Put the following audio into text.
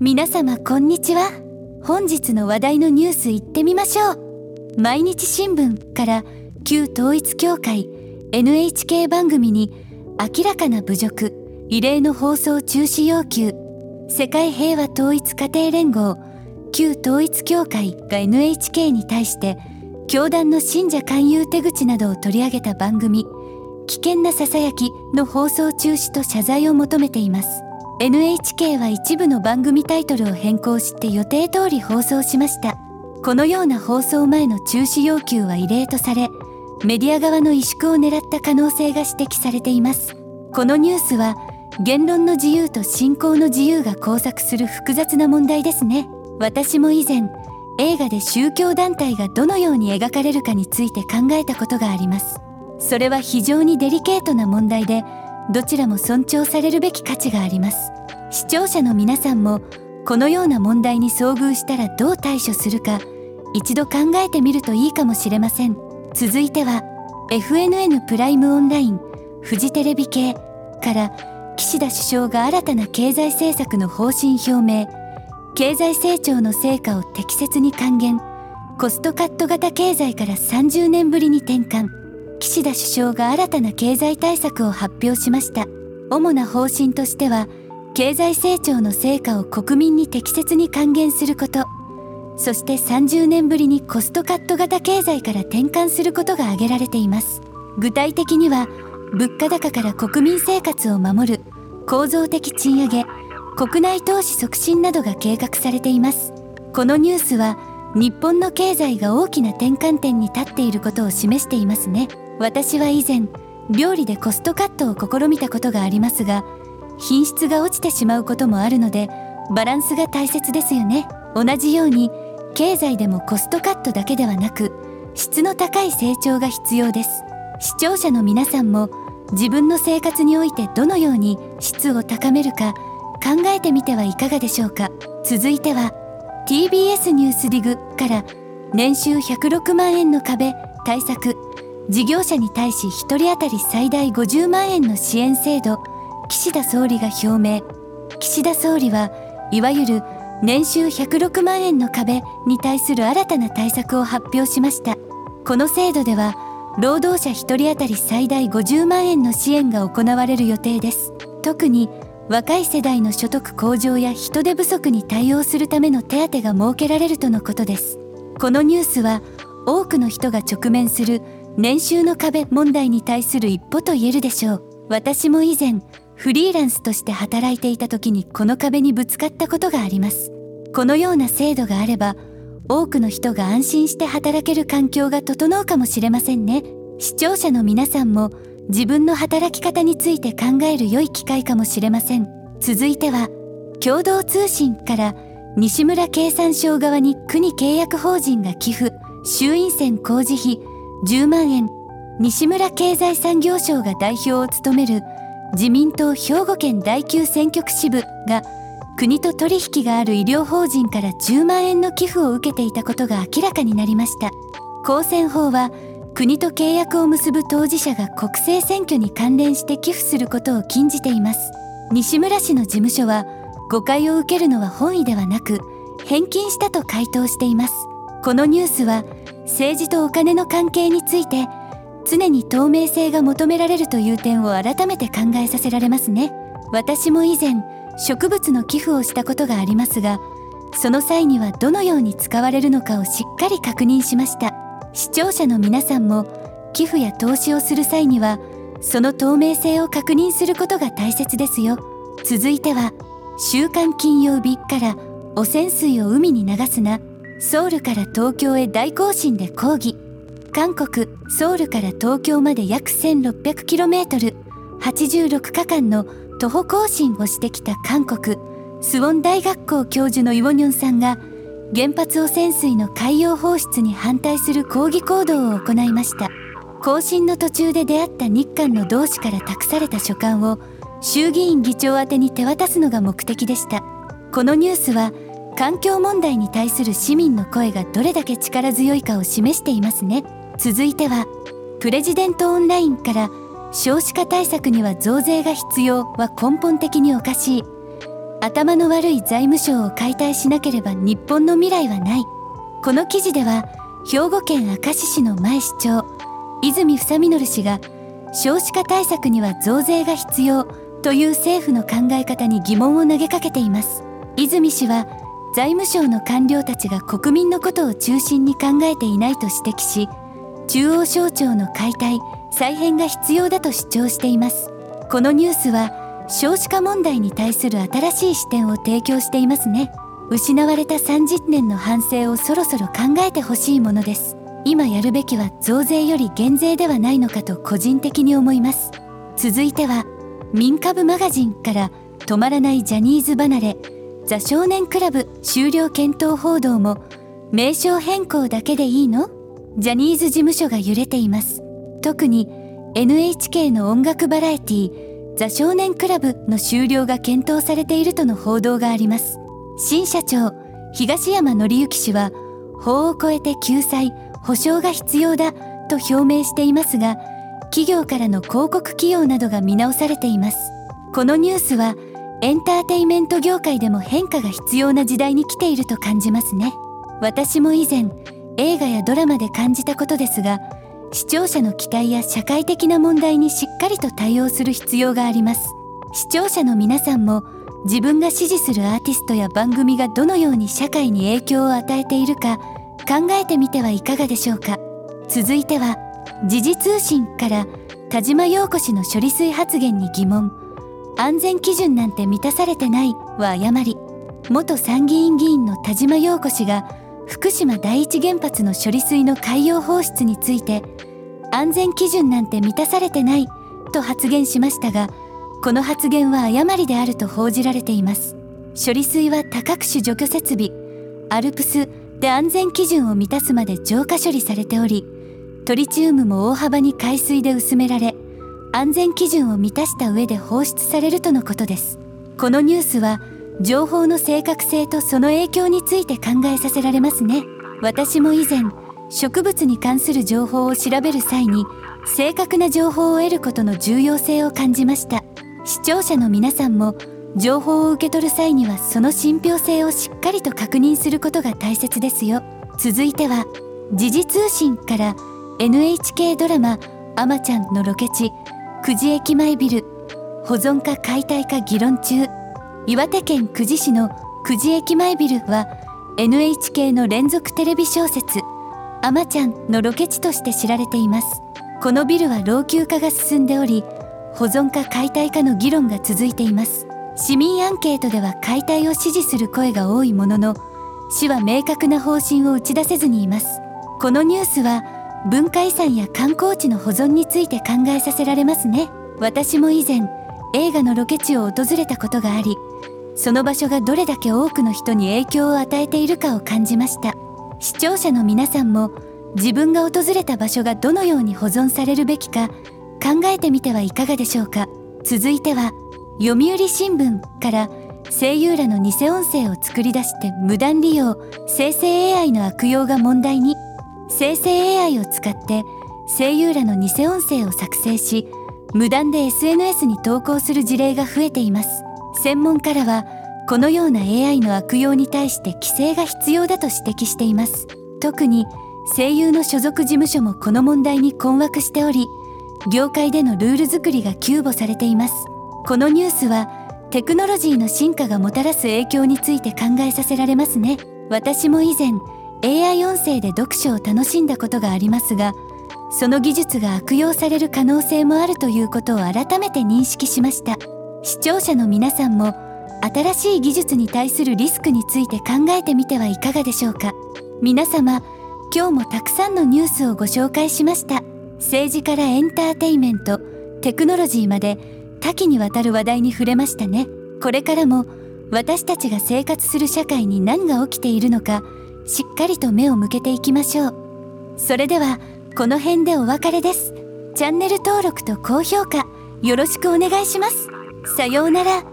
皆様こんにちは。本日の話題のニュース行ってみましょう。毎日新聞から旧統一教会 NHK 番組に明らかな侮辱、異例の放送中止要求。世界平和統一家庭連合旧統一教会が NHK に対して教団の信者勧誘手口などを取り上げた番組危険なささやきの放送中止と謝罪を求めています。NHK は一部の番組タイトルを変更して予定通り放送しました。このような放送前の中止要求は異例とされ、メディア側の萎縮を狙った可能性が指摘されています。このニュースは言論の自由と信仰の自由が交錯する複雑な問題ですね。私も以前、映画で宗教団体がどのように描かれるかについて考えたことがあります。それは非常にデリケートな問題で、どちらも尊重されるべき価値があります。視聴者の皆さんもこのような問題に遭遇したらどう対処するか一度考えてみるといいかもしれません。続いては FNN プライムオンラインフジテレビ系から岸田首相が新たな経済政策の方針表明。経済成長の成果を適切に還元。コストカット型経済から30年ぶりに転換。岸田首相が新たな経済対策を発表しました。主な方針としては、経済成長の成果を国民に適切に還元すること、そして30年ぶりにコストカット型経済から転換することが挙げられています。具体的には、物価高から国民生活を守る、構造的賃上げ、国内投資促進などが計画されています。このニュースは、日本の経済が大きな転換点に立っていることを示していますね。私は以前、料理でコストカットを試みたことがありますが、品質が落ちてしまうこともあるので、バランスが大切ですよね。同じように、経済でもコストカットだけではなく、質の高い成長が必要です。視聴者の皆さんも、自分の生活においてどのように質を高めるか考えてみてはいかがでしょうか。続いては、TBS ニュースディグから年収106万円の壁対策。事業者に対し1人当たり最大50万円の支援制度。岸田総理が表明。岸田総理はいわゆる年収106万円の壁に対する新たな対策を発表しました。この制度では労働者1人当たり最大50万円の支援が行われる予定です。特に若い世代の所得向上や人手不足に対応するための手当が設けられるとのことです。このニュースは多くの人が直面する年収の壁問題に対する一歩と言えるでしょう。私も以前フリーランスとして働いていた時にこの壁にぶつかったことがあります。このような制度があれば多くの人が安心して働ける環境が整うかもしれませんね。視聴者の皆さんも自分の働き方について考える良い機会かもしれません。続いては共同通信から西村経産省側に国契約法人が寄付衆院選公示費10万円。西村経済産業省が代表を務める自民党兵庫県第9選挙区支部が国と取引がある医療法人から10万円の寄付を受けていたことが明らかになりました。公選法は国と契約を結ぶ当事者が国政選挙に関連して寄付することを禁じています。西村氏の事務所は誤解を受けるのは本意ではなく返金したと回答しています。このニュースは政治とお金の関係について常に透明性が求められるという点を改めて考えさせられますね。私も以前植物の寄付をしたことがありますが、その際にはどのように使われるのかをしっかり確認しました。視聴者の皆さんも寄付や投資をする際にはその透明性を確認することが大切ですよ。続いては週刊金曜日から汚染水を海に流すな。ソウルから東京へ大行進で抗議。韓国ソウルから東京まで約 1600km、 86日間の徒歩行進をしてきた韓国スウォン大学校教授のイ・ウォニョンさんが原発汚染水の海洋放出に反対する抗議行動を行いました。行進の途中で出会った日韓の同志から託された書簡を衆議院議長宛てに手渡すのが目的でした。このニュースは環境問題に対する市民の声がどれだけ力強いかを示していますね。続いてはプレジデントオンラインから少子化対策には増税が必要は根本的におかしい。 頭の悪い財務省を解体しなければ日本の未来はない。この記事では兵庫県明石市の前市長泉房実氏が少子化対策には増税が必要という政府の考え方に疑問を投げかけています。泉氏は財務省の官僚たちが国民のことを中心に考えていないと指摘し、中央省庁の解体・再編が必要だと主張しています。このニュースは少子化問題に対する新しい視点を提供していますね。失われた30年の反省をそろそろ考えてほしいものです。今やるべきは増税より減税ではないのかと個人的に思います。続いては民株マガジンから止まらないジャニーズ離れ、ザ少年クラブ終了検討報道も名称変更だけでいいの？ジャニーズ事務所が揺れています。特に NHK の音楽バラエティザ少年クラブの終了が検討されているとの報道があります。新社長東山紀之氏は法を超えて救済・補償が必要だと表明していますが、企業からの広告起用などが見直されています。このニュースはエンターテイメント業界でも変化が必要な時代に来ていると感じますね。私も以前映画やドラマで感じたことですが、視聴者の期待や社会的な問題にしっかりと対応する必要があります。視聴者の皆さんも自分が支持するアーティストや番組がどのように社会に影響を与えているか考えてみてはいかがでしょうか。続いては時事通信から田島陽子氏の処理水発言に疑問。安全基準なんて満たされてないは誤り。元参議院議員の田島陽子氏が福島第一原発の処理水の海洋放出について安全基準なんて満たされてないと発言しましたが、この発言は誤りであると報じられています。処理水は多角種除去設備ALPSで安全基準を満たすまで浄化処理されており、トリチウムも大幅に海水で薄められ安全基準を満たした上で放出されるとのことです。このニュースは情報の正確性とその影響について考えさせられますね。私も以前植物に関する情報を調べる際に正確な情報を得ることの重要性を感じました。視聴者の皆さんも情報を受け取る際にはその信憑性をしっかりと確認することが大切ですよ。続いては時事通信から NHK ドラマあまちゃんのロケ地久慈駅前ビル保存か解体か議論中。岩手県久慈市の久慈駅前ビルは NHK の連続テレビ小説あまちゃんのロケ地として知られています。このビルは老朽化が進んでおり、保存か解体かの議論が続いています。市民アンケートでは解体を支持する声が多いものの、市は明確な方針を打ち出せずにいます。このニュースは文化遺産や観光地の保存について考えさせられますね。私も以前映画のロケ地を訪れたことがあり、その場所がどれだけ多くの人に影響を与えているかを感じました。視聴者の皆さんも自分が訪れた場所がどのように保存されるべきか考えてみてはいかがでしょうか。続いては読売新聞から声優らの偽音声を作り出して無断利用、生成 AI の悪用が問題に。生成 AI を使って声優らの偽音声を作成し無断で SNS に投稿する事例が増えています。専門家らはこのような AI の悪用に対して規制が必要だと指摘しています。特に声優の所属事務所もこの問題に困惑しており、業界でのルール作りが急募されています。このニュースはテクノロジーの進化がもたらす影響について考えさせられますね。私も以前 AI 音声で読書を楽しんだことがありますが、その技術が悪用される可能性もあるということを改めて認識しました。視聴者の皆さんも新しい技術に対するリスクについて考えてみてはいかがでしょうか。皆様、今日もたくさんのニュースをご紹介しました。政治からエンターテイメント、テクノロジーまで多岐にわたる話題に触れましたね。これからも私たちが生活する社会に何が起きているのか、しっかりと目を向けていきましょう。それではこの辺でお別れです。チャンネル登録と高評価よろしくお願いします。さようなら。